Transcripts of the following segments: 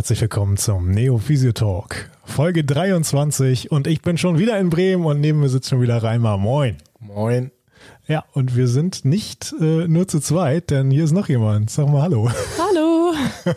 herzlich willkommen zum Neo Physio Talk, Folge 23 und ich bin schon wieder in Bremen und neben mir sitzt schon wieder Reimer. Moin. Moin. Ja, und wir sind nicht nur zu zweit, denn hier ist noch jemand. Sag mal Hallo. Hallo.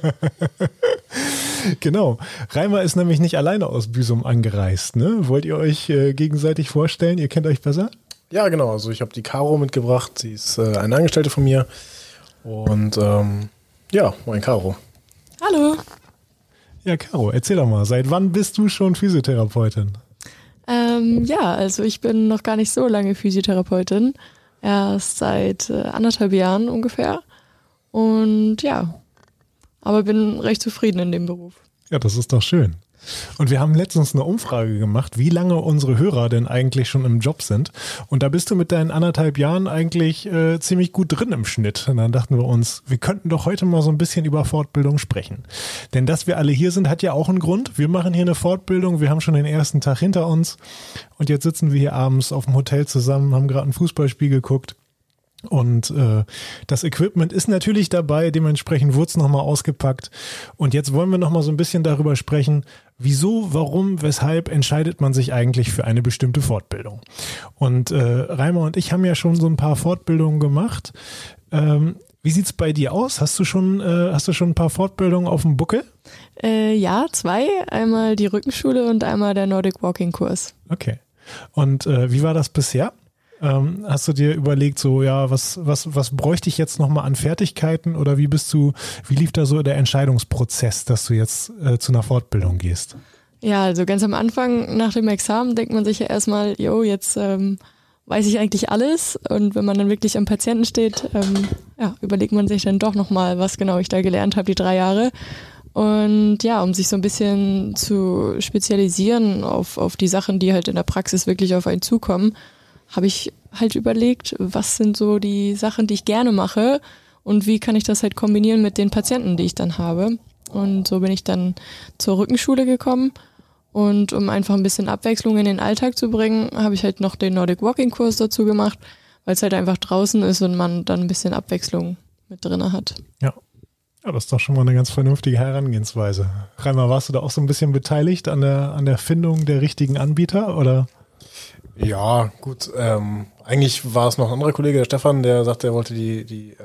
Genau. Reimer ist nämlich nicht alleine aus Büsum angereist, ne? Wollt ihr euch gegenseitig vorstellen? Ihr kennt euch besser? Ja, genau. Also ich habe die Caro mitgebracht. Sie ist eine Angestellte von mir. Und ja, moin Caro. Hallo. Ja, Caro, erzähl doch mal, seit wann bist du schon Physiotherapeutin? Ja, also ich bin noch gar nicht so lange Physiotherapeutin. Erst seit 1,5 Jahren ungefähr. Und ja, aber bin recht zufrieden in dem Beruf. Ja, das ist doch schön. Und wir haben letztens eine Umfrage gemacht, wie lange unsere Hörer denn eigentlich schon im Job sind. Und da bist du mit deinen 1,5 Jahren eigentlich ziemlich gut drin im Schnitt. Und dann dachten wir uns, wir könnten doch heute mal so ein bisschen über Fortbildung sprechen. Denn dass wir alle hier sind, hat ja auch einen Grund. Wir machen hier eine Fortbildung, wir haben schon den ersten Tag hinter uns. Und jetzt sitzen wir hier abends auf dem Hotel zusammen, haben gerade ein Fußballspiel geguckt. Und das Equipment ist natürlich dabei, dementsprechend wurde es nochmal ausgepackt. Und jetzt wollen wir nochmal so ein bisschen darüber sprechen, wieso, warum, weshalb entscheidet man sich eigentlich für eine bestimmte Fortbildung. Und Reimer und ich haben ja schon so ein paar Fortbildungen gemacht. Wie sieht's bei dir aus? Hast du schon ein paar Fortbildungen auf dem Buckel? Ja, 2. Einmal die Rückenschule und einmal der Nordic Walking Kurs. Okay. Und wie war das bisher? Hast du dir überlegt, so, ja, was bräuchte ich jetzt nochmal an Fertigkeiten oder wie lief da so der Entscheidungsprozess, dass du jetzt zu einer Fortbildung gehst? Ja, also ganz am Anfang nach dem Examen denkt man sich ja erstmal, jetzt weiß ich eigentlich alles. Und wenn man dann wirklich am Patienten steht, überlegt man sich dann doch nochmal, was genau ich da gelernt habe, die 3 Jahre. Und ja, um sich so ein bisschen zu spezialisieren auf die Sachen, die halt in der Praxis wirklich auf einen zukommen, habe ich halt überlegt, was sind so die Sachen, die ich gerne mache und wie kann ich das halt kombinieren mit den Patienten, die ich dann habe. Und so bin ich dann zur Rückenschule gekommen und um einfach ein bisschen Abwechslung in den Alltag zu bringen, habe ich halt noch den Nordic Walking Kurs dazu gemacht, weil es halt einfach draußen ist und man dann ein bisschen Abwechslung mit drin hat. Ja. Ja, das ist doch schon mal eine ganz vernünftige Herangehensweise. Reimer, warst du da auch so ein bisschen beteiligt an der Findung der richtigen Anbieter, oder? Ja, gut. Eigentlich war es noch ein anderer Kollege, der Stefan, der sagte, er wollte wir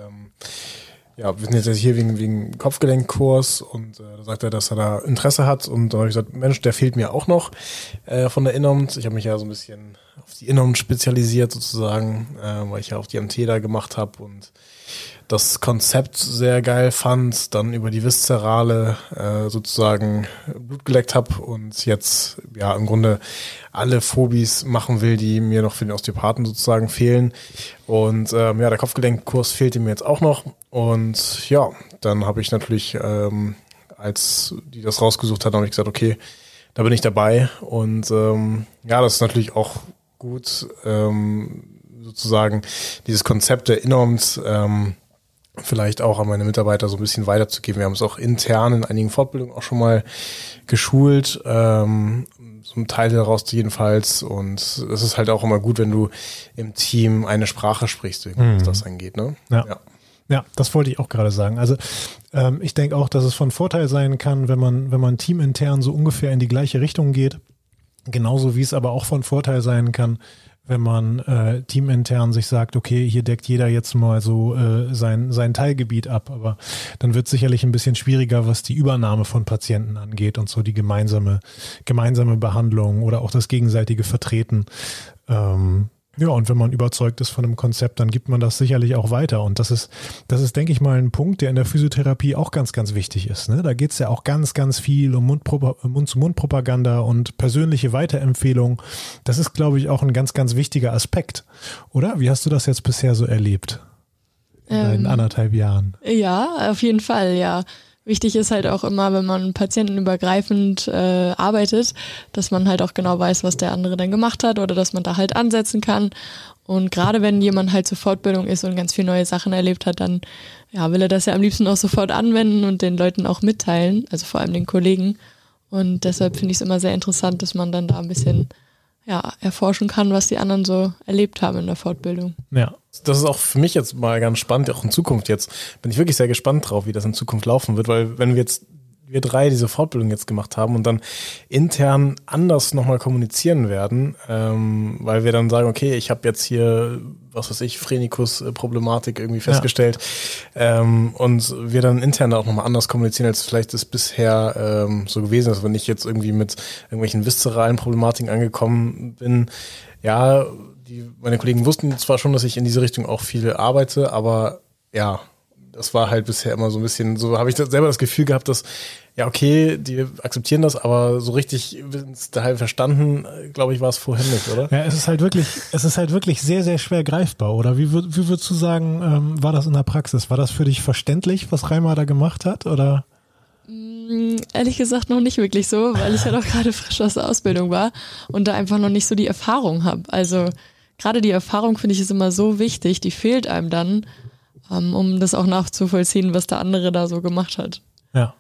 sind jetzt hier wegen Kopfgelenkkurs und da sagt er, dass er da Interesse hat und da habe ich gesagt, Mensch, der fehlt mir auch noch von der Innomt. Ich habe mich ja so ein bisschen auf die Innomt spezialisiert sozusagen, weil ich ja auch die MT da gemacht habe und das Konzept sehr geil fand, dann über die Viszerale sozusagen Blut geleckt habe und jetzt ja im Grunde alle Phobies machen will, die mir noch für den Osteopathen sozusagen fehlen. Und der Kopfgelenkkurs fehlte mir jetzt auch noch. Und ja, dann habe ich natürlich, als die das rausgesucht hat, habe ich gesagt, okay, da bin ich dabei. Und das ist natürlich auch gut, sozusagen dieses Konzept der Innomt vielleicht auch an meine Mitarbeiter so ein bisschen weiterzugeben. Wir haben es auch intern in einigen Fortbildungen auch schon mal geschult, so ein Teil daraus jedenfalls. Und es ist halt auch immer gut, wenn du im Team eine Sprache sprichst, was das angeht. Ne? Ja, das wollte ich auch gerade sagen. Also ich denke auch, dass es von Vorteil sein kann, wenn man teamintern so ungefähr in die gleiche Richtung geht. Genauso wie es aber auch von Vorteil sein kann, wenn man teamintern sich sagt, okay, hier deckt jeder jetzt mal so sein Teilgebiet ab, aber dann wird es sicherlich ein bisschen schwieriger, was die Übernahme von Patienten angeht und so die gemeinsame Behandlung oder auch das gegenseitige Vertreten. Ja, und wenn man überzeugt ist von einem Konzept, dann gibt man das sicherlich auch weiter. Und das ist, denke ich mal, ein Punkt, der in der Physiotherapie auch ganz, ganz wichtig ist. Ne? Da geht es ja auch ganz, ganz viel um Mund-zu-Mund-Propaganda und persönliche Weiterempfehlung. Das ist, glaube ich, auch ein ganz, ganz wichtiger Aspekt. Oder? Wie hast du das jetzt bisher so erlebt? In 1,5 Jahren? Ja, auf jeden Fall, ja. Wichtig ist halt auch immer, wenn man patientenübergreifend arbeitet, dass man halt auch genau weiß, was der andere dann gemacht hat oder dass man da halt ansetzen kann. Und gerade wenn jemand halt zur Fortbildung ist und ganz viele neue Sachen erlebt hat, dann will er das ja am liebsten auch sofort anwenden und den Leuten auch mitteilen, also vor allem den Kollegen. Und deshalb finde ich es immer sehr interessant, dass man dann da ein bisschen erforschen kann, was die anderen so erlebt haben in der Fortbildung. Ja. Das ist auch für mich jetzt mal ganz spannend, auch in Zukunft jetzt. Bin ich wirklich sehr gespannt drauf, wie das in Zukunft laufen wird, weil wenn wir jetzt wir 3 diese Fortbildung jetzt gemacht haben und dann intern anders nochmal kommunizieren werden, weil wir dann sagen, okay, ich habe jetzt hier, was weiß ich, Phrenikus-Problematik irgendwie festgestellt, und wir dann intern auch nochmal anders kommunizieren, als vielleicht das bisher so gewesen ist, wenn ich jetzt irgendwie mit irgendwelchen viszeralen Problematiken angekommen bin. Ja, meine Kollegen wussten zwar schon, dass ich in diese Richtung auch viel arbeite, aber ja, das war halt bisher immer so ein bisschen, so habe ich selber das Gefühl gehabt, dass, ja okay, die akzeptieren das, aber so richtig daheim verstanden, glaube ich, war es vorher nicht, oder? Ja, es ist halt wirklich sehr, sehr schwer greifbar, oder? Wie würdest du sagen, war das in der Praxis? War das für dich verständlich, was Reimar da gemacht hat, oder? Ehrlich gesagt noch nicht wirklich so, weil ich ja doch gerade frisch aus der Ausbildung war und da einfach noch nicht so die Erfahrung habe. Also gerade die Erfahrung, finde ich, ist immer so wichtig, die fehlt einem dann, um das auch nachzuvollziehen, was der andere da so gemacht hat. Ja.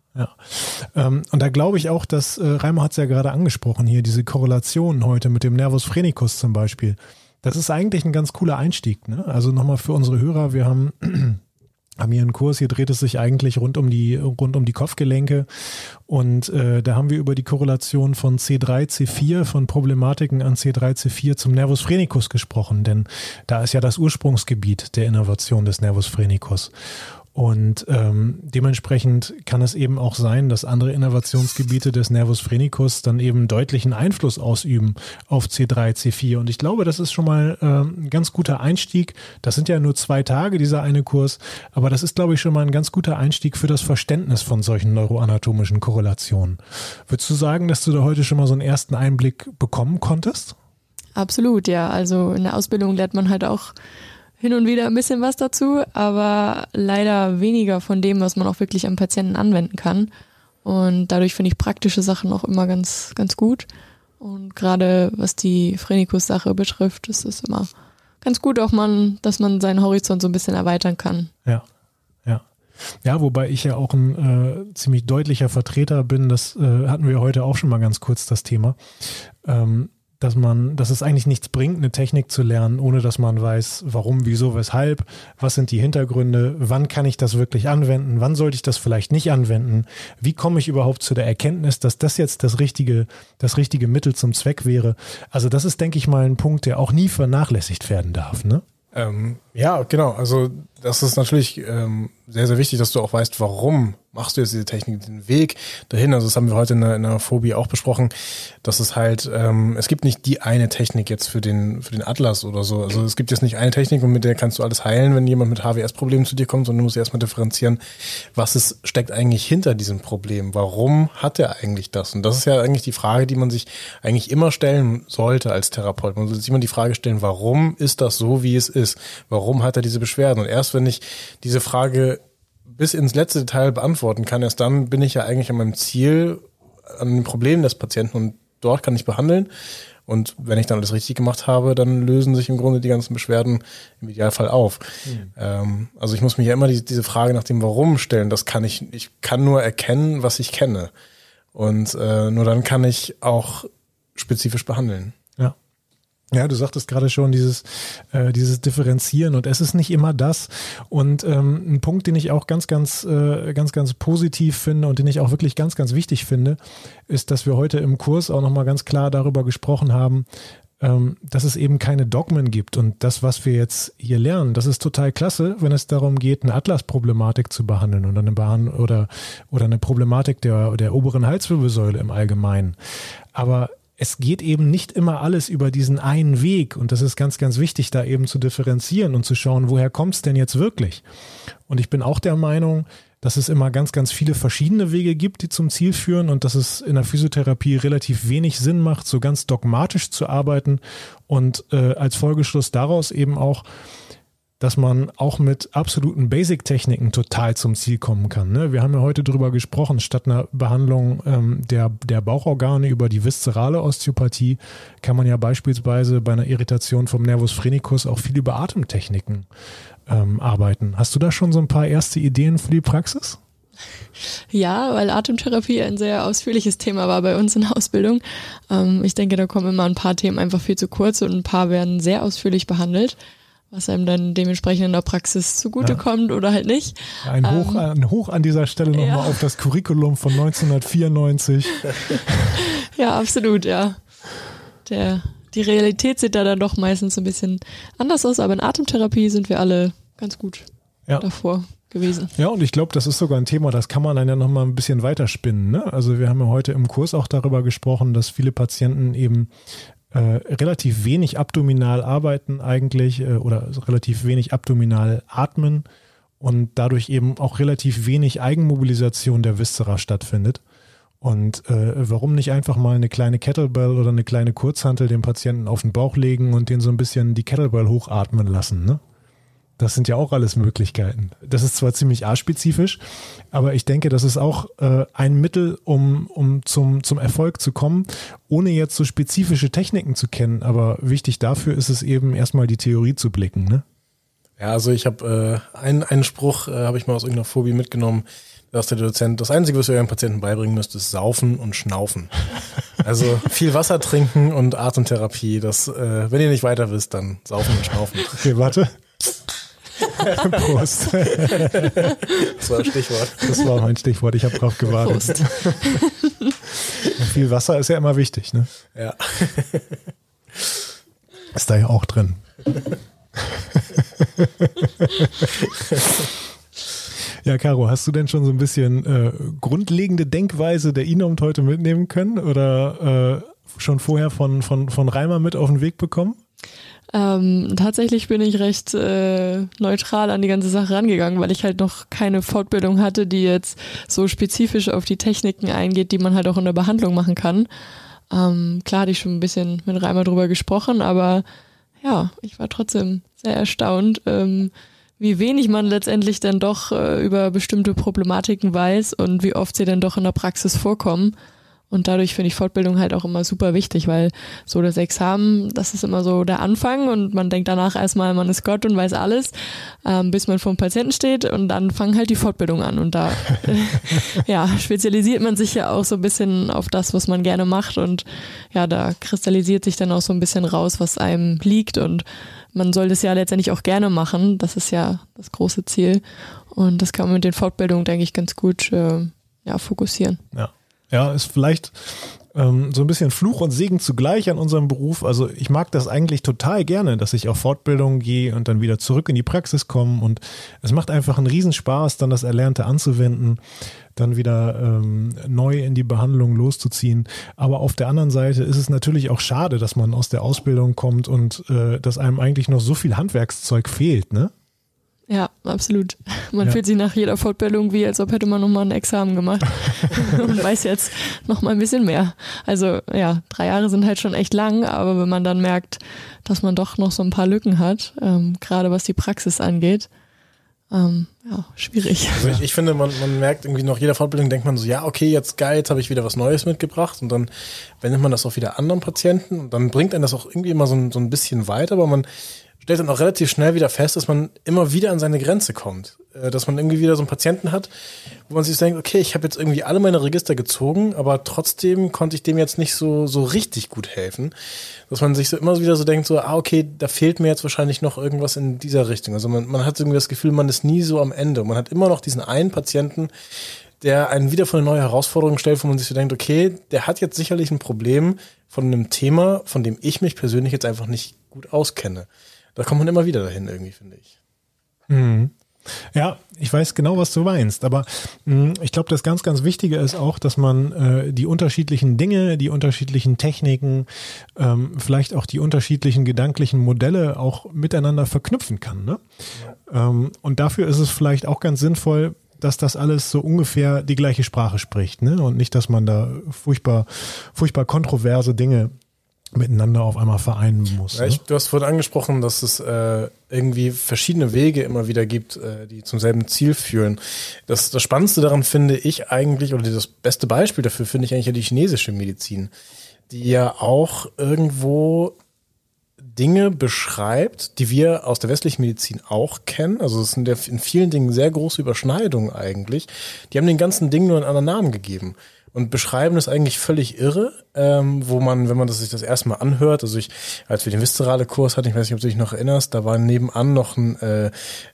Und da glaube ich auch, dass Reimar hat es ja gerade angesprochen hier, diese Korrelation heute mit dem Nervus phrenicus zum Beispiel. Das ist eigentlich ein ganz cooler Einstieg, ne? Also nochmal für unsere Hörer, wir haben hier einen Kurs, hier dreht es sich eigentlich rund um die Kopfgelenke und da haben wir über die Korrelation von C3, C4, von Problematiken an C3, C4 zum Nervus phrenicus gesprochen, denn da ist ja das Ursprungsgebiet der Innervation des Nervus phrenicus. Und dementsprechend kann es eben auch sein, dass andere Innervationsgebiete des Nervus phrenicus dann eben deutlichen Einfluss ausüben auf C3, C4. Und ich glaube, das ist schon mal ein ganz guter Einstieg. Das sind ja nur 2 Tage, dieser eine Kurs. Aber das ist, glaube ich, schon mal ein ganz guter Einstieg für das Verständnis von solchen neuroanatomischen Korrelationen. Würdest du sagen, dass du da heute schon mal so einen ersten Einblick bekommen konntest? Absolut, ja. Also in der Ausbildung lernt man halt auch hin und wieder ein bisschen was dazu, aber leider weniger von dem, was man auch wirklich am Patienten anwenden kann. Und dadurch finde ich praktische Sachen auch immer ganz, ganz gut. Und gerade was die Phrenicus-Sache betrifft, ist es immer ganz gut auch dass man seinen Horizont so ein bisschen erweitern kann. Ja, wobei ich ja auch ein ziemlich deutlicher Vertreter bin, das hatten wir heute auch schon mal ganz kurz, das Thema, dass es eigentlich nichts bringt, eine Technik zu lernen, ohne dass man weiß, warum, wieso, weshalb, was sind die Hintergründe, wann kann ich das wirklich anwenden, wann sollte ich das vielleicht nicht anwenden, wie komme ich überhaupt zu der Erkenntnis, dass das jetzt das richtige Mittel zum Zweck wäre. Also das ist, denke ich mal, ein Punkt, der auch nie vernachlässigt werden darf, ne? Ja, genau. Also das ist natürlich sehr, sehr wichtig, dass du auch weißt, warum machst du jetzt diese Technik, den Weg dahin. Also das haben wir heute in der Phobie auch besprochen, dass es halt, es gibt nicht die eine Technik jetzt für den Atlas oder so. Also es gibt jetzt nicht eine Technik und mit der kannst du alles heilen, wenn jemand mit HWS-Problemen zu dir kommt, sondern du musst erstmal differenzieren, steckt eigentlich hinter diesem Problem. Warum hat er eigentlich das? Und das ist ja eigentlich die Frage, die man sich eigentlich immer stellen sollte als Therapeut. Man sollte sich immer die Frage stellen, warum ist das so, wie es ist? Warum hat er diese Beschwerden? Und erst wenn ich diese Frage bis ins letzte Detail beantworten kann, erst dann bin ich ja eigentlich an meinem Ziel, an dem Problem des Patienten und dort kann ich behandeln. Und wenn ich dann alles richtig gemacht habe, dann lösen sich im Grunde die ganzen Beschwerden im Idealfall auf. Also ich muss mir ja immer diese Frage nach dem Warum stellen. Ich kann nur erkennen, was ich kenne. Und nur dann kann ich auch spezifisch behandeln. Ja, du sagtest gerade schon, dieses Differenzieren und es ist nicht immer das. Und ein Punkt, den ich auch ganz positiv finde und den ich auch wirklich ganz, ganz wichtig finde, ist, dass wir heute im Kurs auch nochmal ganz klar darüber gesprochen haben, dass es eben keine Dogmen gibt. Und das, was wir jetzt hier lernen, das ist total klasse, wenn es darum geht, eine Atlas-Problematik zu behandeln oder eine Problematik der oberen Halswirbelsäule im Allgemeinen. Aber es geht eben nicht immer alles über diesen einen Weg und das ist ganz, ganz wichtig, da eben zu differenzieren und zu schauen, woher kommt es denn jetzt wirklich? Und ich bin auch der Meinung, dass es immer ganz, ganz viele verschiedene Wege gibt, die zum Ziel führen und dass es in der Physiotherapie relativ wenig Sinn macht, so ganz dogmatisch zu arbeiten und als Folgeschluss daraus eben auch, dass man auch mit absoluten Basic-Techniken total zum Ziel kommen kann. Ne? Wir haben ja heute drüber gesprochen, statt einer Behandlung der Bauchorgane über die viszerale Osteopathie kann man ja beispielsweise bei einer Irritation vom Nervus phrenicus auch viel über Atemtechniken arbeiten. Hast du da schon so ein paar erste Ideen für die Praxis? Ja, weil Atemtherapie ein sehr ausführliches Thema war bei uns in der Ausbildung. Ich denke, da kommen immer ein paar Themen einfach viel zu kurz und ein paar werden sehr ausführlich behandelt. was einem dann dementsprechend in der Praxis zugutekommt oder halt nicht. Ein Hoch an dieser Stelle nochmal auf das Curriculum von 1994. Ja, absolut, ja. Die Realität sieht da dann doch meistens ein bisschen anders aus, aber in Atemtherapie sind wir alle ganz gut davor gewesen. Ja, und ich glaube, das ist sogar ein Thema, das kann man dann ja nochmal ein bisschen weiterspinnen. Ne? Also wir haben ja heute im Kurs auch darüber gesprochen, dass viele Patienten eben relativ wenig abdominal arbeiten eigentlich oder relativ wenig abdominal atmen und dadurch eben auch relativ wenig Eigenmobilisation der Viszera stattfindet. Und warum nicht einfach mal eine kleine Kettlebell oder eine kleine Kurzhantel dem Patienten auf den Bauch legen und den so ein bisschen die Kettlebell hochatmen lassen, ne? Das sind ja auch alles Möglichkeiten. Das ist zwar ziemlich A-spezifisch, aber ich denke, das ist auch ein Mittel, um zum Erfolg zu kommen, ohne jetzt so spezifische Techniken zu kennen. Aber wichtig dafür ist es eben erstmal die Theorie zu blicken, ne? Ja, also ich habe einen Spruch, habe ich mal aus irgendeiner Phobie mitgenommen, dass der Dozent, das Einzige, was ihr eurem Patienten beibringen müsst, ist Saufen und Schnaufen. Also viel Wasser trinken und Atemtherapie, das, wenn ihr nicht weiter wisst, dann Saufen und Schnaufen. Okay, warte. Prost. Das war ein Stichwort. Das war mein Stichwort, ich habe drauf gewartet. Prost. Viel Wasser ist ja immer wichtig, ne? Ja. Ist da ja auch drin. Ja, Caro, hast du denn schon so ein bisschen grundlegende Denkweise der INOMT heute mitnehmen können oder schon vorher von Reimer mit auf den Weg bekommen? Tatsächlich bin ich recht neutral an die ganze Sache rangegangen, weil ich halt noch keine Fortbildung hatte, die jetzt so spezifisch auf die Techniken eingeht, die man halt auch in der Behandlung machen kann. Klar hatte ich schon ein bisschen mit Reimer drüber gesprochen, aber ja, ich war trotzdem sehr erstaunt, wie wenig man letztendlich dann doch über bestimmte Problematiken weiß und wie oft sie dann doch in der Praxis vorkommen. Und dadurch finde ich Fortbildung halt auch immer super wichtig, weil so das Examen, das ist immer so der Anfang und man denkt danach erstmal, man ist Gott und weiß alles, bis man vor dem Patienten steht und dann fangen halt die Fortbildungen an und da spezialisiert man sich ja auch so ein bisschen auf das, was man gerne macht und ja, da kristallisiert sich dann auch so ein bisschen raus, was einem liegt und man soll das ja letztendlich auch gerne machen, das ist ja das große Ziel und das kann man mit den Fortbildungen, denke ich, ganz gut fokussieren. Ja, ist vielleicht so ein bisschen Fluch und Segen zugleich an unserem Beruf. Also ich mag das eigentlich total gerne, dass ich auf Fortbildungen gehe und dann wieder zurück in die Praxis komme und es macht einfach einen Riesenspaß, dann das Erlernte anzuwenden, dann wieder neu in die Behandlung loszuziehen. Aber auf der anderen Seite ist es natürlich auch schade, dass man aus der Ausbildung kommt und dass einem eigentlich noch so viel Handwerkszeug fehlt, ne? Ja, absolut. Man fühlt sich nach jeder Fortbildung wie, als ob hätte man nochmal ein Examen gemacht und weiß jetzt nochmal ein bisschen mehr. Also ja, 3 Jahre sind halt schon echt lang, aber wenn man dann merkt, dass man doch noch so ein paar Lücken hat, gerade was die Praxis angeht, schwierig. Also ich finde, man merkt irgendwie nach jeder Fortbildung, denkt man so, ja, okay, jetzt geil, jetzt habe ich wieder was Neues mitgebracht und dann wendet man das auch wieder anderen Patienten und dann bringt einen das auch irgendwie immer so ein bisschen weiter, aber man stellt dann auch relativ schnell wieder fest, dass man immer wieder an seine Grenze kommt. Dass man irgendwie wieder so einen Patienten hat, wo man sich denkt, okay, ich habe jetzt irgendwie alle meine Register gezogen, aber trotzdem konnte ich dem jetzt nicht so richtig gut helfen. Dass man sich so immer wieder so denkt, so, okay, da fehlt mir jetzt wahrscheinlich noch irgendwas in dieser Richtung. Also man hat irgendwie das Gefühl, man ist nie so am Ende. Man hat immer noch diesen einen Patienten, der einen wieder vor eine neue Herausforderung stellt, wo man sich so denkt, okay, der hat jetzt sicherlich ein Problem von einem Thema, von dem ich mich persönlich jetzt einfach nicht gut auskenne. Da kommt man immer wieder dahin irgendwie, finde ich. Mhm. Ja, ich weiß genau, was du meinst, aber ich glaube, das ganz, ganz Wichtige ist auch, dass man die unterschiedlichen Dinge, die unterschiedlichen Techniken, vielleicht auch die unterschiedlichen gedanklichen Modelle auch miteinander verknüpfen kann, ne? Ja. Und dafür ist es vielleicht auch ganz sinnvoll, dass das alles so ungefähr die gleiche Sprache spricht, ne? Und nicht, dass man da furchtbar kontroverse Dinge miteinander auf einmal vereinen muss. Ja, du hast vorhin angesprochen, dass es irgendwie verschiedene Wege immer wieder gibt, die zum selben Ziel führen. Das Spannendste daran finde ich eigentlich, oder das beste Beispiel dafür finde ich eigentlich ja die chinesische Medizin, die ja auch irgendwo Dinge beschreibt, die wir aus der westlichen Medizin auch kennen. Also es sind in vielen Dingen sehr große Überschneidungen eigentlich. Die haben den ganzen Dingen nur einen anderen Namen gegeben. und beschreiben das eigentlich völlig irre, wo man, wenn man sich das erste Mal anhört, also als wir den viszerale Kurs hatten, ich weiß nicht, ob du dich noch erinnerst, da war nebenan noch ein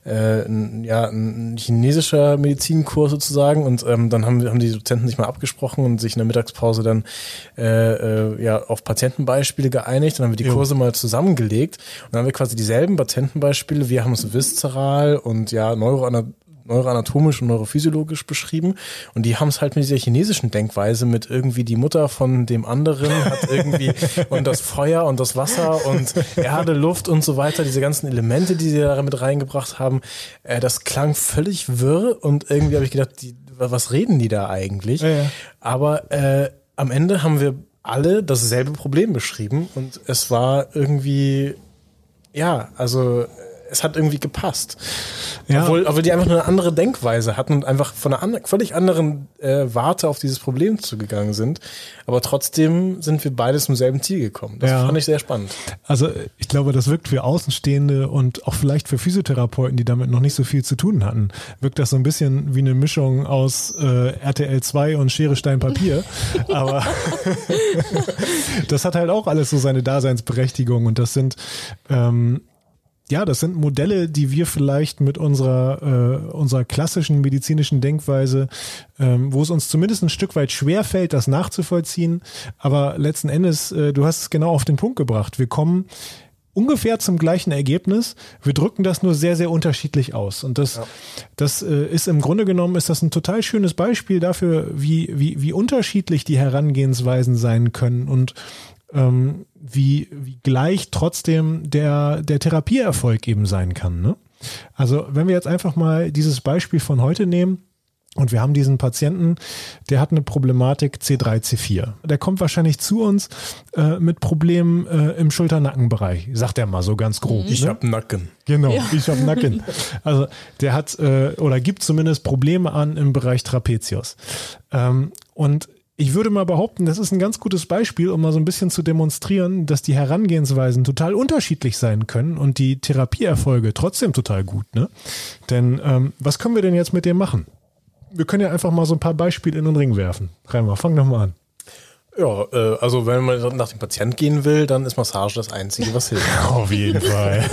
chinesischer Medizinkurs sozusagen und dann haben die Dozenten sich mal abgesprochen und sich in der Mittagspause dann auf Patientenbeispiele geeinigt. Dann haben wir die Kurse mal zusammengelegt und dann haben wir quasi dieselben Patientenbeispiele. Wir haben es viszeral und neuroanatomisch und neurophysiologisch beschrieben und die haben es halt mit dieser chinesischen Denkweise mit irgendwie die Mutter von dem anderen hat irgendwie und das Feuer und das Wasser und Erde, Luft und so weiter, diese ganzen Elemente, die sie da mit reingebracht haben, das klang völlig wirr und irgendwie habe ich gedacht, was reden die da eigentlich? Ja. Aber am Ende haben wir alle dasselbe Problem beschrieben und es war irgendwie, es hat irgendwie gepasst. Ja. Obwohl die einfach nur eine andere Denkweise hatten und einfach von einer völlig anderen Warte auf dieses Problem zugegangen sind. Aber trotzdem sind wir beide zum selben Ziel gekommen. Das fand ich sehr spannend. Also ich glaube, das wirkt für Außenstehende und auch vielleicht für Physiotherapeuten, die damit noch nicht so viel zu tun hatten, wirkt das so ein bisschen wie eine Mischung aus RTL 2 und Schere, Stein, Papier. Aber das hat halt auch alles so seine Daseinsberechtigung und das sind das sind Modelle, die wir vielleicht mit unserer klassischen medizinischen Denkweise, wo es uns zumindest ein Stück weit schwerfällt, das nachzuvollziehen. Aber letzten Endes, du hast es genau auf den Punkt gebracht. Wir kommen ungefähr zum gleichen Ergebnis. Wir drücken das nur sehr, sehr unterschiedlich aus. Und das ist im Grunde genommen ist das ein total schönes Beispiel dafür, wie unterschiedlich die Herangehensweisen sein können und wie gleich trotzdem der Therapieerfolg eben sein kann. Ne? Also wenn wir jetzt einfach mal dieses Beispiel von heute nehmen und wir haben diesen Patienten, der hat eine Problematik C3, C4. Der kommt wahrscheinlich zu uns mit Problemen im Schulter-Nackenbereich, sagt er mal so ganz grob. Ich hab Nacken. Genau, ich hab Nacken. Also der hat oder gibt zumindest Probleme an im Bereich Trapezius. Und ich würde mal behaupten, das ist ein ganz gutes Beispiel, um mal so ein bisschen zu demonstrieren, dass die Herangehensweisen total unterschiedlich sein können und die Therapieerfolge trotzdem total gut. Ne? Denn was können wir denn jetzt mit dem machen? Wir können ja einfach mal so ein paar Beispiele in den Ring werfen. Reimer, fang doch mal an. Ja, also wenn man nach dem Patient gehen will, dann ist Massage das Einzige, was hilft. Auf jeden Fall.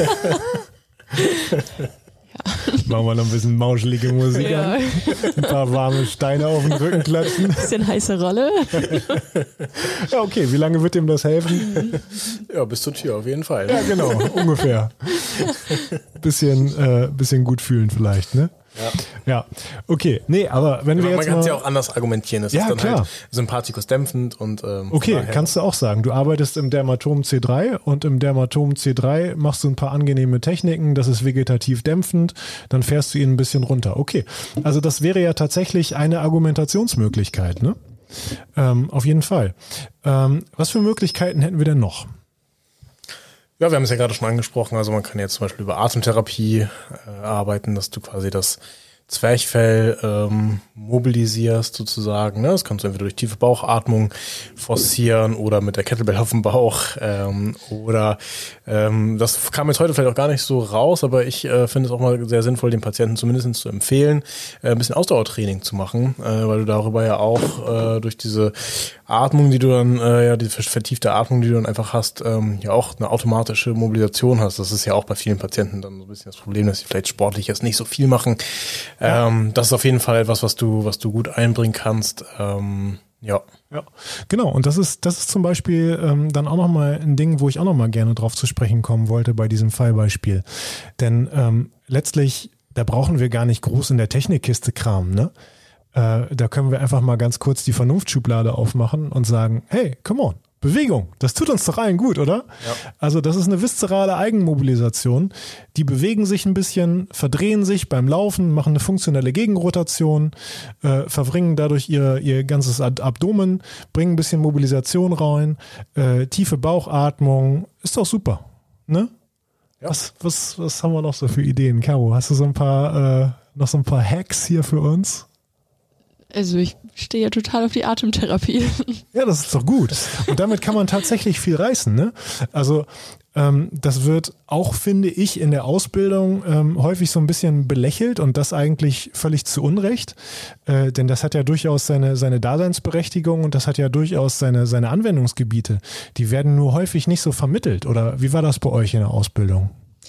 Machen wir noch ein bisschen mauschelige Musik an. Ein paar warme Steine auf den Rücken klatschen. Ein bisschen heiße Rolle. Ja, okay. Wie lange wird dem das helfen? Ja, bis zur Tür auf jeden Fall. Ja, genau. Ungefähr. Bisschen gut fühlen vielleicht, ne? Ja, okay. Nee, aber wenn wir jetzt man kann es ja auch anders argumentieren. Das ist dann klar. Halt sympathikus dämpfend und okay, kannst du auch sagen. Du arbeitest im Dermatom C3 und im Dermatom C3 machst du ein paar angenehme Techniken. Das ist vegetativ dämpfend. Dann fährst du ihn ein bisschen runter. Okay, also das wäre ja tatsächlich eine Argumentationsmöglichkeit, ne? Auf jeden Fall. Was für Möglichkeiten hätten wir denn noch? Ja, wir haben es ja gerade schon angesprochen, also man kann jetzt zum Beispiel über Atemtherapie arbeiten, dass du quasi das Zwerchfell mobilisierst sozusagen. Ne? Das kannst du entweder durch tiefe Bauchatmung forcieren oder mit der Kettlebell auf dem Bauch. Das kam jetzt heute vielleicht auch gar nicht so raus, aber ich finde es auch mal sehr sinnvoll, den Patienten zumindest zu empfehlen, ein bisschen Ausdauertraining zu machen, weil du darüber ja auch durch diese Atmung, die du dann, die vertiefte Atmung, die du dann einfach hast, ja auch eine automatische Mobilisation hast. Das ist ja auch bei vielen Patienten dann so ein bisschen das Problem, dass sie vielleicht sportlich jetzt nicht so viel machen. Das ist auf jeden Fall etwas, was du gut einbringen kannst. Ja, genau. Und das ist zum Beispiel dann auch nochmal ein Ding, wo ich auch nochmal gerne drauf zu sprechen kommen wollte bei diesem Fallbeispiel. Denn letztlich, da brauchen wir gar nicht groß in der Technikkiste kramen, ne? Da können wir einfach mal ganz kurz die Vernunftschublade aufmachen und sagen, hey, come on, Bewegung, das tut uns doch allen gut, oder? Ja. Also das ist eine viszerale Eigenmobilisation. Die bewegen sich ein bisschen, verdrehen sich beim Laufen, machen eine funktionelle Gegenrotation, verbringen dadurch ihr ganzes Abdomen, bringen ein bisschen Mobilisation rein, tiefe Bauchatmung, ist doch super, ne? Ja. Was haben wir noch so für Ideen, Caro? Hast du noch so ein paar Hacks hier für uns? Also ich stehe ja total auf die Atemtherapie. Ja, das ist doch gut. Und damit kann man tatsächlich viel reißen, ne? Also das wird auch, finde ich, in der Ausbildung häufig so ein bisschen belächelt und das eigentlich völlig zu Unrecht, denn das hat ja durchaus seine Daseinsberechtigung und das hat ja durchaus seine Anwendungsgebiete. Die werden nur häufig nicht so vermittelt. Oder wie war das bei euch in der Ausbildung?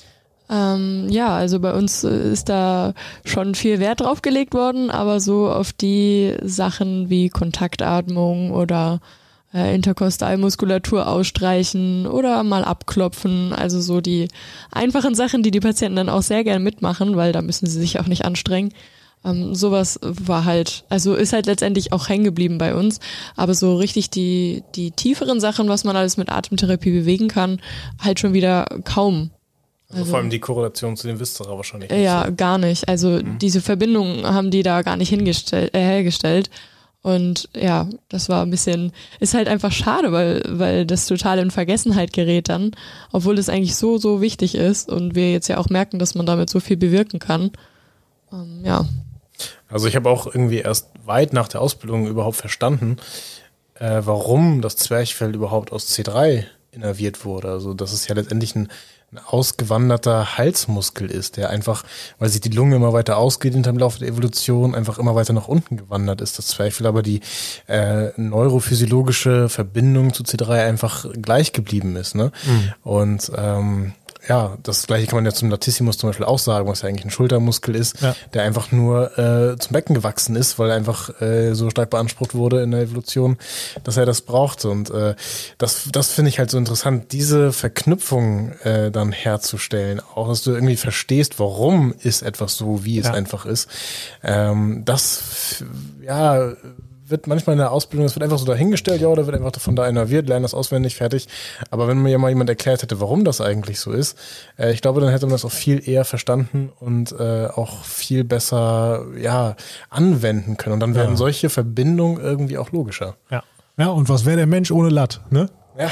Ja, also bei uns ist da schon viel Wert drauf gelegt worden, aber so auf die Sachen wie Kontaktatmung oder Interkostalmuskulatur ausstreichen oder mal abklopfen, also so die einfachen Sachen, die Patienten dann auch sehr gern mitmachen, weil da müssen sie sich auch nicht anstrengen. Sowas war halt, also ist halt letztendlich auch hängen geblieben bei uns, aber so richtig die tieferen Sachen, was man alles mit Atemtherapie bewegen kann, halt schon wieder kaum. Also vor allem die Korrelation zu dem Viscera wahrscheinlich. Ja, gar nicht. Also diese Verbindungen haben die da gar nicht hergestellt. Und ja, das war ein bisschen, ist halt einfach schade, weil das total in Vergessenheit gerät dann, obwohl es eigentlich so wichtig ist und wir jetzt ja auch merken, dass man damit so viel bewirken kann. Ja. Also ich habe auch irgendwie erst weit nach der Ausbildung überhaupt verstanden, warum das Zwerchfell überhaupt aus C3 innerviert wurde. Also das ist ja letztendlich ein ausgewanderter Halsmuskel ist, der einfach, weil sich die Lunge immer weiter ausgedehnt hat im Laufe der Evolution, einfach immer weiter nach unten gewandert ist. Das Zwerchfell aber die neurophysiologische Verbindung zu C3 einfach gleich geblieben ist. Ne? Und ja, das Gleiche kann man ja zum Latissimus zum Beispiel auch sagen, was ja eigentlich ein Schultermuskel ist, der einfach nur zum Becken gewachsen ist, weil er einfach so stark beansprucht wurde in der Evolution, dass er das brauchte. Und das finde ich halt so interessant, diese Verknüpfung dann herzustellen, auch dass du irgendwie verstehst, warum ist etwas so, wie es einfach ist. Das, ja, wird manchmal in der Ausbildung, es wird einfach so dahingestellt, ja, da wird einfach von da innerviert, lernen das auswendig, fertig. Aber wenn mir mal jemand erklärt hätte, warum das eigentlich so ist, ich glaube, dann hätte man das auch viel eher verstanden und auch viel besser, ja, anwenden können. Und dann werden solche Verbindungen irgendwie auch logischer. Ja. Ja, und was wäre der Mensch ohne Latt, ne? Ja.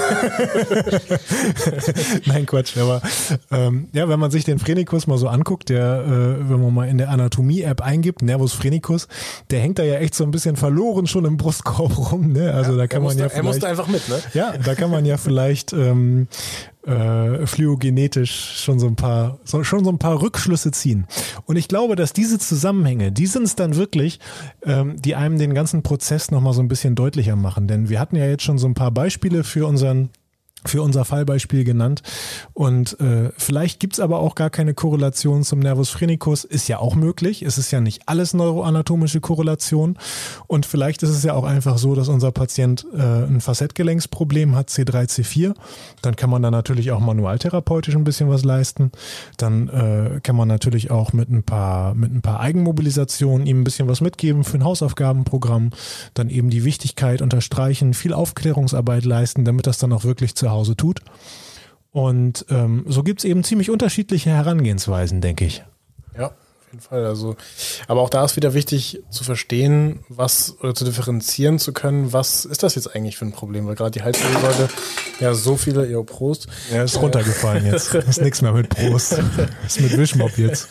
Nein, Quatsch, aber ja, wenn man sich den Phrenicus mal so anguckt, wenn man mal in der Anatomie-App eingibt, Nervus phrenicus, der hängt da ja echt so ein bisschen verloren schon im Brustkorb rum, ne? Also da kann man ja vielleicht, er musste einfach mit, ne? Ja, da kann man ja vielleicht phylogenetisch schon so ein paar Rückschlüsse ziehen. Und ich glaube, dass diese Zusammenhänge, die sind es dann wirklich, die einem den ganzen Prozess nochmal so ein bisschen deutlicher machen. Denn wir hatten ja jetzt schon so ein paar Beispiele für unser Fallbeispiel genannt und vielleicht gibt's aber auch gar keine Korrelation zum Nervus phrenicus, ist ja auch möglich, es ist ja nicht alles neuroanatomische Korrelation und vielleicht ist es ja auch einfach so, dass unser Patient ein Facettgelenksproblem hat, C3, C4, dann kann man da natürlich auch manualtherapeutisch ein bisschen was leisten, dann kann man natürlich auch mit ein paar Eigenmobilisationen ihm ein bisschen was mitgeben für ein Hausaufgabenprogramm, dann eben die Wichtigkeit unterstreichen, viel Aufklärungsarbeit leisten, damit das dann auch wirklich zu Hause tut. Und so gibt's eben ziemlich unterschiedliche Herangehensweisen, denke ich. Ja, auf jeden Fall. Also, aber auch da ist wieder wichtig zu verstehen, oder zu differenzieren zu können, was ist das jetzt eigentlich für ein Problem? Weil gerade die Halswirbelsäule, ja, so viele, Prost. Ja, ist runtergefallen jetzt. Ist nichts mehr mit Prost. Ist mit Wischmopp jetzt.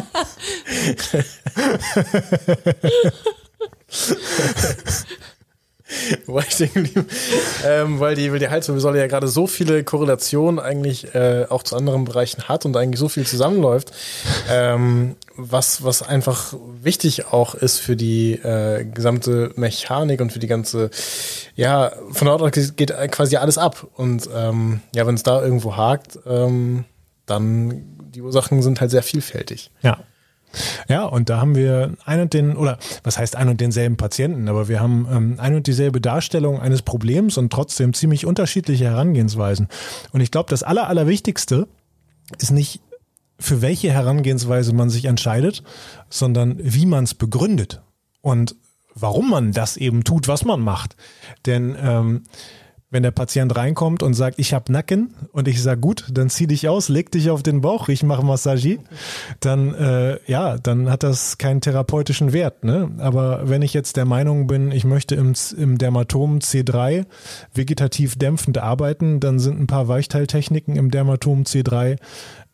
Weil die Halswirbelsäule ja gerade so viele Korrelationen eigentlich auch zu anderen Bereichen hat und eigentlich so viel zusammenläuft, was einfach wichtig auch ist für die gesamte Mechanik und für die ganze, ja, von dort aus geht quasi alles ab. Und ja, wenn es da irgendwo hakt, dann die Ursachen sind halt sehr vielfältig. Ja. Ja, und da haben wir ein und denselben Patienten, aber wir haben ein und dieselbe Darstellung eines Problems und trotzdem ziemlich unterschiedliche Herangehensweisen. Und ich glaube, das Allerwichtigste ist nicht, für welche Herangehensweise man sich entscheidet, sondern wie man es begründet und warum man das eben tut, was man macht. Denn wenn der Patient reinkommt und sagt, ich habe Nacken und ich sage, gut, dann zieh dich aus, leg dich auf den Bauch, ich mache Massage, dann hat das keinen therapeutischen Wert. Ne? Aber wenn ich jetzt der Meinung bin, ich möchte im Dermatom C3 vegetativ dämpfend arbeiten, dann sind ein paar Weichteiltechniken im Dermatom C3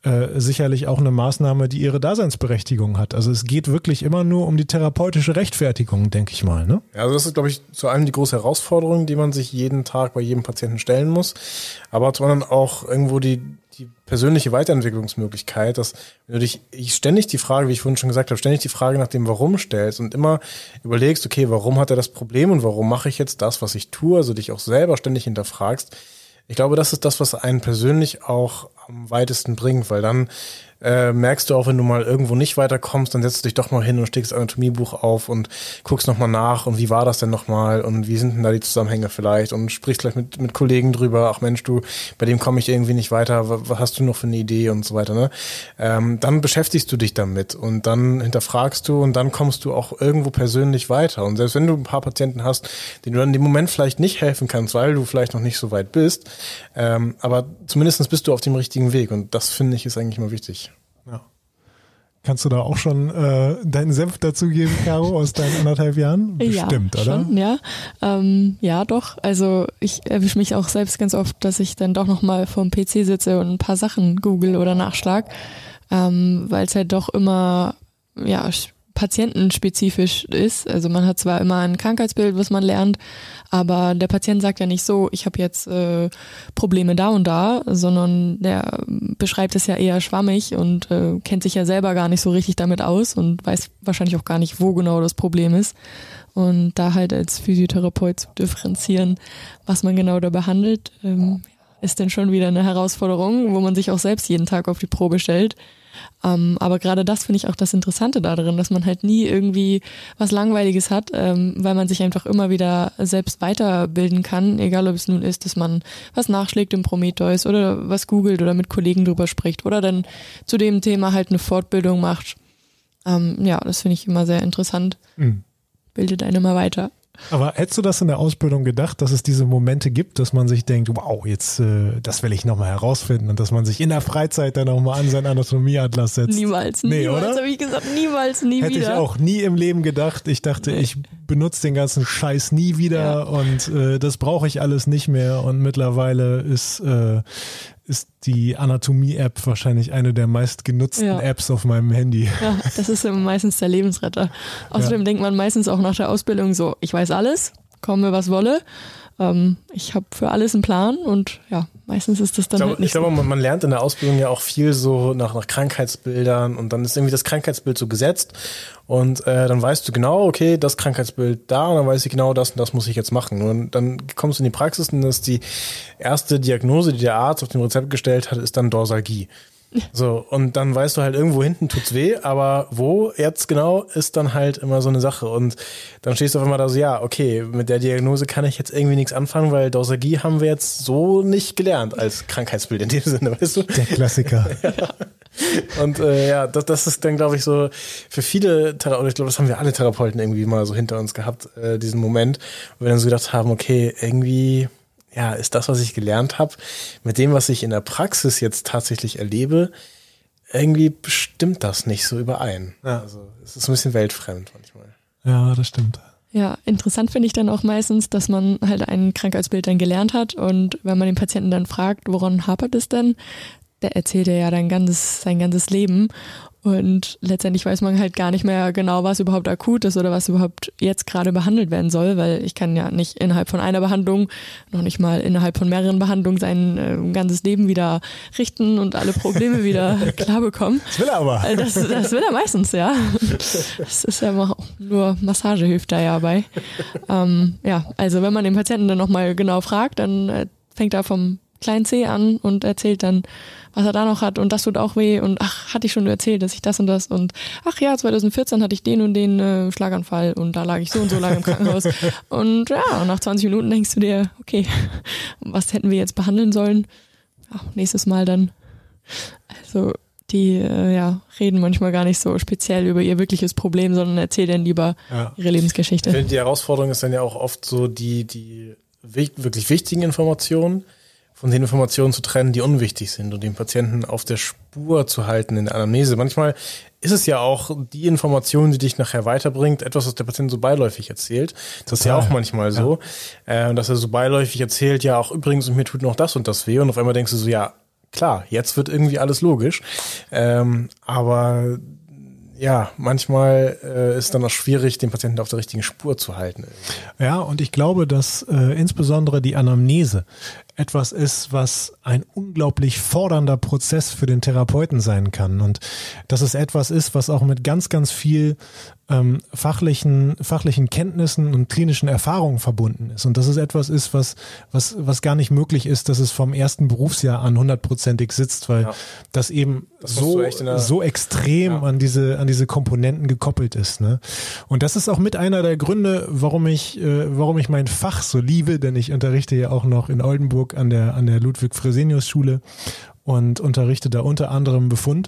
sicherlich auch eine Maßnahme, die ihre Daseinsberechtigung hat. Also es geht wirklich immer nur um die therapeutische Rechtfertigung, denke ich mal. Ne? Ja, also das ist, glaube ich, zu allem die große Herausforderung, die man sich jeden Tag bei jedem Patienten stellen muss. Aber zum anderen auch irgendwo die persönliche Weiterentwicklungsmöglichkeit, dass wenn du dich ständig die Frage, wie ich vorhin schon gesagt habe, ständig die Frage nach dem Warum stellst und immer überlegst, okay, warum hat er das Problem und warum mache ich jetzt das, was ich tue, also dich auch selber ständig hinterfragst. Ich glaube, das ist das, was einen persönlich auch am weitesten bringt, weil dann merkst du auch, wenn du mal irgendwo nicht weiterkommst, dann setzt du dich doch mal hin und schlägst das Anatomiebuch auf und guckst nochmal nach und wie war das denn nochmal und wie sind denn da die Zusammenhänge vielleicht und sprichst gleich mit Kollegen drüber, ach Mensch, du, bei dem komme ich irgendwie nicht weiter, was hast du noch für eine Idee und so weiter, ne? Dann beschäftigst du dich damit und dann hinterfragst du und dann kommst du auch irgendwo persönlich weiter und selbst wenn du ein paar Patienten hast, denen du dann in dem Moment vielleicht nicht helfen kannst, weil du vielleicht noch nicht so weit bist, aber zumindest bist du auf dem richtigen Weg und das finde ich ist eigentlich immer wichtig. Ja. Kannst du da auch schon deinen Senf dazugeben, Caro, aus deinen 1,5 Jahren? Bestimmt, ja, oder? Schon, ja. Ja, doch. Also ich erwische mich auch selbst ganz oft, dass ich dann doch nochmal vorm PC sitze und ein paar Sachen google oder nachschlag, weil es halt doch immer patientenspezifisch ist. Also man hat zwar immer ein Krankheitsbild, was man lernt, aber der Patient sagt ja nicht so, ich habe jetzt Probleme da und da, sondern der beschreibt es ja eher schwammig und kennt sich ja selber gar nicht so richtig damit aus und weiß wahrscheinlich auch gar nicht, wo genau das Problem ist. Und da halt als Physiotherapeut zu differenzieren, was man genau da behandelt, ist dann schon wieder eine Herausforderung, wo man sich auch selbst jeden Tag auf die Probe stellt. Aber gerade das finde ich auch das Interessante darin, dass man halt nie irgendwie was Langweiliges hat, weil man sich einfach immer wieder selbst weiterbilden kann, egal ob es nun ist, dass man was nachschlägt im Prometheus oder was googelt oder mit Kollegen drüber spricht oder dann zu dem Thema halt eine Fortbildung macht. Das finde ich immer sehr interessant. Bildet einen immer weiter. Aber hättest du das in der Ausbildung gedacht, dass es diese Momente gibt, dass man sich denkt, wow, jetzt das will ich nochmal herausfinden und dass man sich in der Freizeit dann nochmal an seinen Anatomieatlas setzt? Niemals, oder? Habe ich gesagt, niemals, nie Hätte wieder. Hätte ich auch nie im Leben gedacht. Ich dachte, ich benutze den ganzen Scheiß nie wieder und das brauche ich alles nicht mehr und mittlerweile ist die Anatomie-App wahrscheinlich eine der meistgenutzten Apps auf meinem Handy. Ja, das ist immer meistens der Lebensretter. Außerdem denkt man meistens auch nach der Ausbildung so, ich weiß alles, komme was wolle. Ich habe für alles einen Plan und meistens ist das dann halt nicht so. Ich glaube, man lernt in der Ausbildung ja auch viel so nach Krankheitsbildern und dann ist irgendwie das Krankheitsbild so gesetzt und dann weißt du genau, okay, das Krankheitsbild da und dann weiß ich genau, das und das muss ich jetzt machen. Und dann kommst du in die Praxis und das ist die erste Diagnose, die der Arzt auf dem Rezept gestellt hat, ist dann Dorsalgie. So, und dann weißt du halt, irgendwo hinten tut's weh, aber wo jetzt genau ist dann halt immer so eine Sache. Und dann stehst du auf einmal da so, ja, okay, mit der Diagnose kann ich jetzt irgendwie nichts anfangen, weil Dorsalgie haben wir jetzt so nicht gelernt als Krankheitsbild in dem Sinne, weißt du? Der Klassiker. Ja. Und das ist dann, glaube ich, so für viele oder ich glaube, das haben wir alle Therapeuten irgendwie mal so hinter uns gehabt, diesen Moment, wo wir dann so gedacht haben, okay, irgendwie ist das, was ich gelernt habe, mit dem, was ich in der Praxis jetzt tatsächlich erlebe, irgendwie stimmt das nicht so überein. Ja. Also es ist ein bisschen weltfremd manchmal. Ja, das stimmt. Ja, interessant finde ich dann auch meistens, dass man halt ein Krankheitsbild dann gelernt hat und wenn man den Patienten dann fragt, woran hapert es denn, der erzählt ja sein ganzes Leben. Und letztendlich weiß man halt gar nicht mehr genau, was überhaupt akut ist oder was überhaupt jetzt gerade behandelt werden soll, weil ich kann ja nicht innerhalb von einer Behandlung, noch nicht mal innerhalb von mehreren Behandlungen sein ganzes Leben wieder richten und alle Probleme wieder klar bekommen. Das will er aber. Das will er meistens, ja. Das ist ja nur Massage hilft da ja bei. Also wenn man den Patienten dann nochmal genau fragt, dann fängt er vom kleinen C an und erzählt dann, was er da noch hat und das tut auch weh und hatte ich schon erzählt, dass ich das und das und 2014 hatte ich den und den Schlaganfall und da lag ich so und so lange im Krankenhaus und nach 20 Minuten denkst du dir, okay, was hätten wir jetzt behandeln sollen? Nächstes Mal dann. Also die reden manchmal gar nicht so speziell über ihr wirkliches Problem, sondern erzählen dann lieber ihre Lebensgeschichte. Ich finde, die Herausforderung ist dann ja auch oft so die wirklich wichtigen Informationen von den Informationen zu trennen, die unwichtig sind und den Patienten auf der Spur zu halten in der Anamnese. Manchmal ist es ja auch die Information, die dich nachher weiterbringt, etwas, was der Patient so beiläufig erzählt. Das ist ja auch manchmal so, dass er so beiläufig erzählt, ja auch übrigens, und mir tut noch das und das weh und auf einmal denkst du so, ja, klar, jetzt wird irgendwie alles logisch. Aber ja, manchmal ist es dann auch schwierig, den Patienten auf der richtigen Spur zu halten. Ja, und ich glaube, dass insbesondere die Anamnese etwas ist, was ein unglaublich fordernder Prozess für den Therapeuten sein kann. Und dass es etwas ist, was auch mit ganz, ganz viel fachlichen Kenntnissen und klinischen Erfahrungen verbunden ist. Und dass es etwas ist, was gar nicht möglich ist, dass es vom ersten Berufsjahr an 100%ig sitzt, weil das eben so extrem an diese Komponenten gekoppelt ist. Ne? Und das ist auch mit einer der Gründe, warum ich mein Fach so liebe, denn ich unterrichte ja auch noch in Oldenburg an der Ludwig-Fresenius-Schule und unterrichte da unter anderem Befund.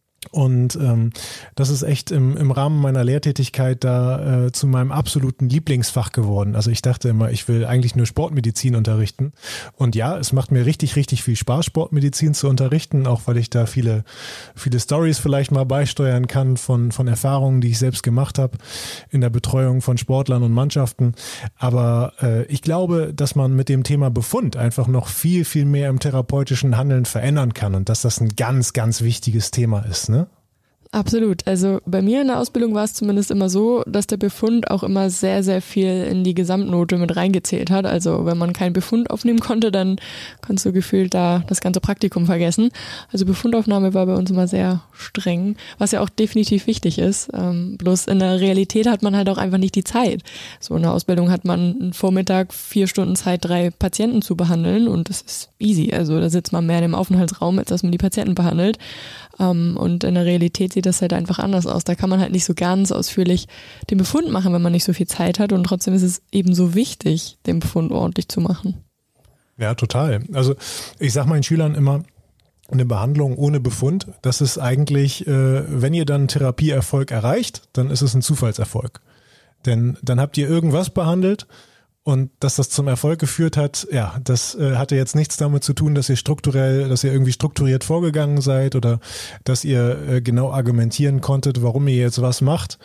Und das ist echt im Rahmen meiner Lehrtätigkeit da zu meinem absoluten Lieblingsfach geworden. Also ich dachte immer, ich will eigentlich nur Sportmedizin unterrichten. Und ja, es macht mir richtig, richtig viel Spaß, Sportmedizin zu unterrichten, auch weil ich da viele Stories vielleicht mal beisteuern kann von Erfahrungen, die ich selbst gemacht habe in der Betreuung von Sportlern und Mannschaften. Aber ich glaube, dass man mit dem Thema Befund einfach noch viel, viel mehr im therapeutischen Handeln verändern kann und dass das ein ganz, ganz wichtiges Thema ist, ne? Absolut. Also bei mir in der Ausbildung war es zumindest immer so, dass der Befund auch immer sehr, sehr viel in die Gesamtnote mit reingezählt hat. Also wenn man keinen Befund aufnehmen konnte, dann kannst du gefühlt da das ganze Praktikum vergessen. Also Befundaufnahme war bei uns immer sehr streng, was ja auch definitiv wichtig ist. Bloß in der Realität hat man halt auch einfach nicht die Zeit. So in der Ausbildung hat man einen Vormittag 4 Stunden Zeit, 3 Patienten zu behandeln und das ist easy. Also da sitzt man mehr in dem Aufenthaltsraum, als dass man die Patienten behandelt. Und in der Realität sieht das halt einfach anders aus. Da kann man halt nicht so ganz ausführlich den Befund machen, wenn man nicht so viel Zeit hat. Und trotzdem ist es eben so wichtig, den Befund ordentlich zu machen. Ja, total. Also ich sage meinen Schülern immer, eine Behandlung ohne Befund, das ist eigentlich, wenn ihr dann Therapieerfolg erreicht, dann ist es ein Zufallserfolg. Denn dann habt ihr irgendwas behandelt. Und dass das zum Erfolg geführt hat, ja, das hatte jetzt nichts damit zu tun, dass ihr irgendwie strukturiert vorgegangen seid oder dass ihr genau argumentieren konntet, warum ihr jetzt was macht.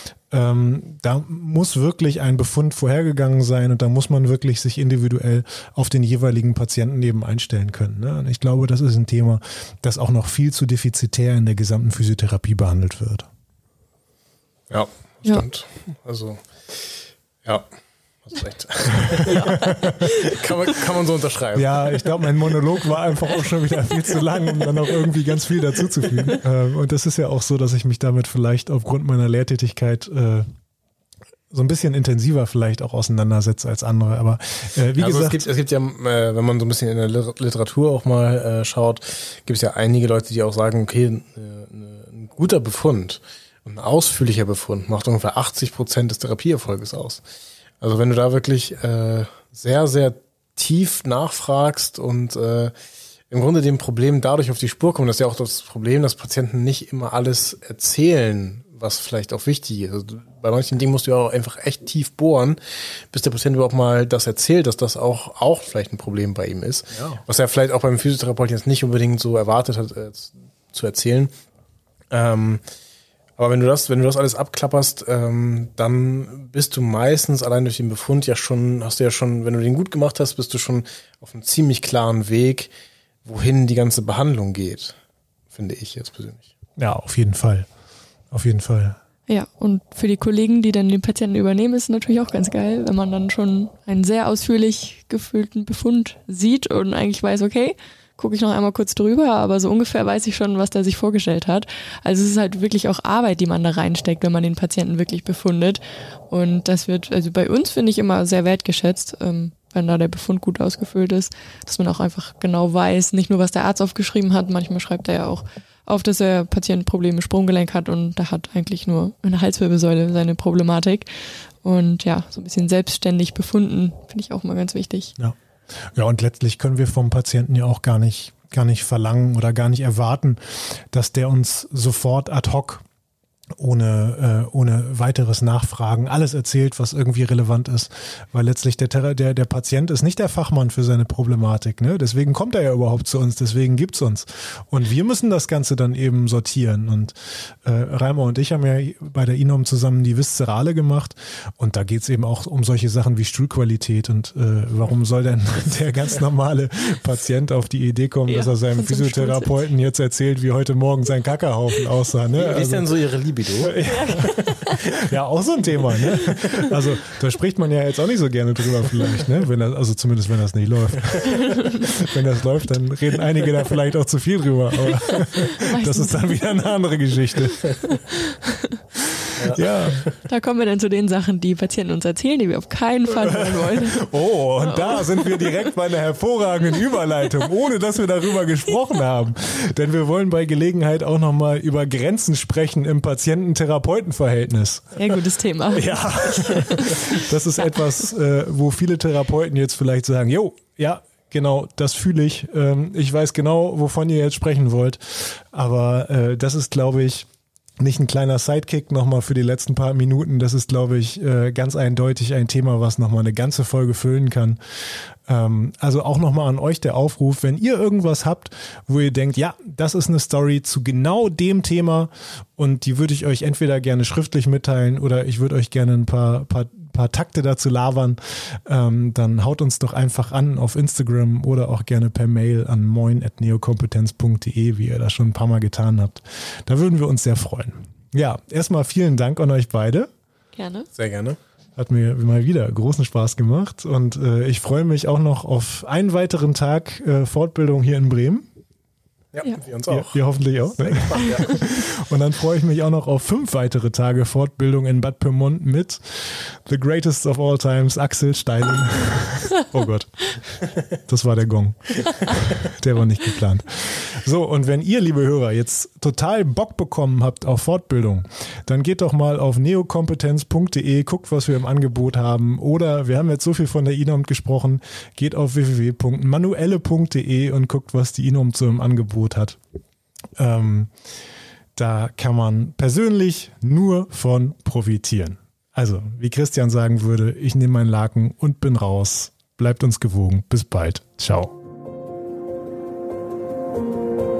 Da muss wirklich ein Befund vorhergegangen sein und da muss man wirklich sich individuell auf den jeweiligen Patienten eben einstellen können. Ne? Und ich glaube, das ist ein Thema, das auch noch viel zu defizitär in der gesamten Physiotherapie behandelt wird. Ja, stimmt. Ja. Also, ja. Hast recht. Kann man so unterschreiben. Ja, ich glaube, mein Monolog war einfach auch schon wieder viel zu lang, um dann auch irgendwie ganz viel dazuzufügen. Und das ist ja auch so, dass ich mich damit vielleicht aufgrund meiner Lehrtätigkeit so ein bisschen intensiver vielleicht auch auseinandersetze als andere. Aber wie gesagt... Es gibt ja, wenn man so ein bisschen in der Literatur auch mal schaut, gibt es ja einige Leute, die auch sagen, okay, ein guter Befund, ein ausführlicher Befund macht ungefähr 80% des Therapieerfolges aus. Also wenn du da wirklich sehr, sehr tief nachfragst und im Grunde dem Problem dadurch auf die Spur kommen, das ist ja auch das Problem, dass Patienten nicht immer alles erzählen, was vielleicht auch wichtig ist. Also bei manchen Dingen musst du ja auch einfach echt tief bohren, bis der Patient überhaupt mal das erzählt, dass das auch vielleicht ein Problem bei ihm ist. Ja. Was er vielleicht auch beim Physiotherapeuten jetzt nicht unbedingt so erwartet hat, zu erzählen. Aber wenn du das alles abklapperst, dann bist du meistens allein durch den Befund hast du ja schon, wenn du den gut gemacht hast, bist du schon auf einem ziemlich klaren Weg, wohin die ganze Behandlung geht, finde ich jetzt persönlich. Ja, auf jeden Fall. Auf jeden Fall. Ja, und für die Kollegen, die dann den Patienten übernehmen, ist es natürlich auch ganz geil, wenn man dann schon einen sehr ausführlich gefüllten Befund sieht und eigentlich weiß, okay, gucke ich noch einmal kurz drüber, aber so ungefähr weiß ich schon, was der sich vorgestellt hat. Also es ist halt wirklich auch Arbeit, die man da reinsteckt, wenn man den Patienten wirklich befundet. Und das wird, also bei uns finde ich immer sehr wertgeschätzt, wenn da der Befund gut ausgefüllt ist, dass man auch einfach genau weiß, nicht nur was der Arzt aufgeschrieben hat, manchmal schreibt er ja auch auf, dass der Patient Probleme im Sprunggelenk hat und da hat eigentlich nur eine Halswirbelsäule seine Problematik. Und ja, so ein bisschen selbstständig befunden, finde ich auch mal ganz wichtig. Ja. Ja, und letztlich können wir vom Patienten ja auch gar nicht verlangen oder gar nicht erwarten, dass der uns sofort ad hoc ohne weiteres Nachfragen, alles erzählt, was irgendwie relevant ist, weil letztlich der Patient ist nicht der Fachmann für seine Problematik, ne? Deswegen kommt er ja überhaupt zu uns, deswegen gibt's uns. Und wir müssen das Ganze dann eben sortieren. Und Reimer und ich haben ja bei der INOM zusammen die Viszerale gemacht und da geht's eben auch um solche Sachen wie Stuhlqualität und warum soll denn der ganz normale Patient auf die Idee kommen, dass er seinem Physiotherapeuten jetzt erzählt, wie heute Morgen sein Kackerhaufen aussah, ne? Wie ist denn so Ihre Libido? Ja, auch so ein Thema, ne? Also da spricht man ja jetzt auch nicht so gerne drüber vielleicht, ne? Also zumindest wenn das nicht läuft. Wenn das läuft, dann reden einige da vielleicht auch zu viel drüber, aber das ist dann wieder eine andere Geschichte. Ja. Da kommen wir dann zu den Sachen, die Patienten uns erzählen, die wir auf keinen Fall hören wollen. Oh, und da sind wir direkt bei einer hervorragenden Überleitung, ohne dass wir darüber gesprochen haben. Denn wir wollen bei Gelegenheit auch nochmal über Grenzen sprechen im Patienten-Therapeuten-Verhältnis. Sehr gutes Thema. Ja, das ist etwas, wo viele Therapeuten jetzt vielleicht sagen, jo, ja, genau, das fühle ich. Ich weiß genau, wovon ihr jetzt sprechen wollt. Aber das ist, glaube ich, nicht ein kleiner Sidekick nochmal für die letzten paar Minuten. Das ist, glaube ich, ganz eindeutig ein Thema, was nochmal eine ganze Folge füllen kann. Also auch nochmal an euch der Aufruf, wenn ihr irgendwas habt, wo ihr denkt, ja, das ist eine Story zu genau dem Thema und die würde ich euch entweder gerne schriftlich mitteilen oder ich würde euch gerne ein paar Takte dazu labern, dann haut uns doch einfach an auf Instagram oder auch gerne per Mail an moin@neokompetenz.de, wie ihr das schon ein paar Mal getan habt. Da würden wir uns sehr freuen. Ja, erstmal vielen Dank an euch beide. Gerne. Sehr gerne. Hat mir mal wieder großen Spaß gemacht und ich freue mich auch noch auf einen weiteren Tag Fortbildung hier in Bremen. Ja, wir uns auch. Ihr hoffentlich auch. Ne? Gespannt, ja. Und dann freue ich mich auch noch auf 5 weitere Tage Fortbildung in Bad Pyrmont mit The Greatest of All Times, Axel Steiling. Oh Gott, das war der Gong. Der war nicht geplant. So, und wenn ihr, liebe Hörer, jetzt total Bock bekommen habt auf Fortbildung, dann geht doch mal auf neokompetenz.de, guckt, was wir im Angebot haben. Oder, wir haben jetzt so viel von der INOM gesprochen, geht auf www.manuelle.de und guckt, was die INOM so im Angebot hat. Da kann man persönlich nur von profitieren. Also, wie Christian sagen würde, ich nehme meinen Laken und bin raus. Bleibt uns gewogen. Bis bald. Ciao.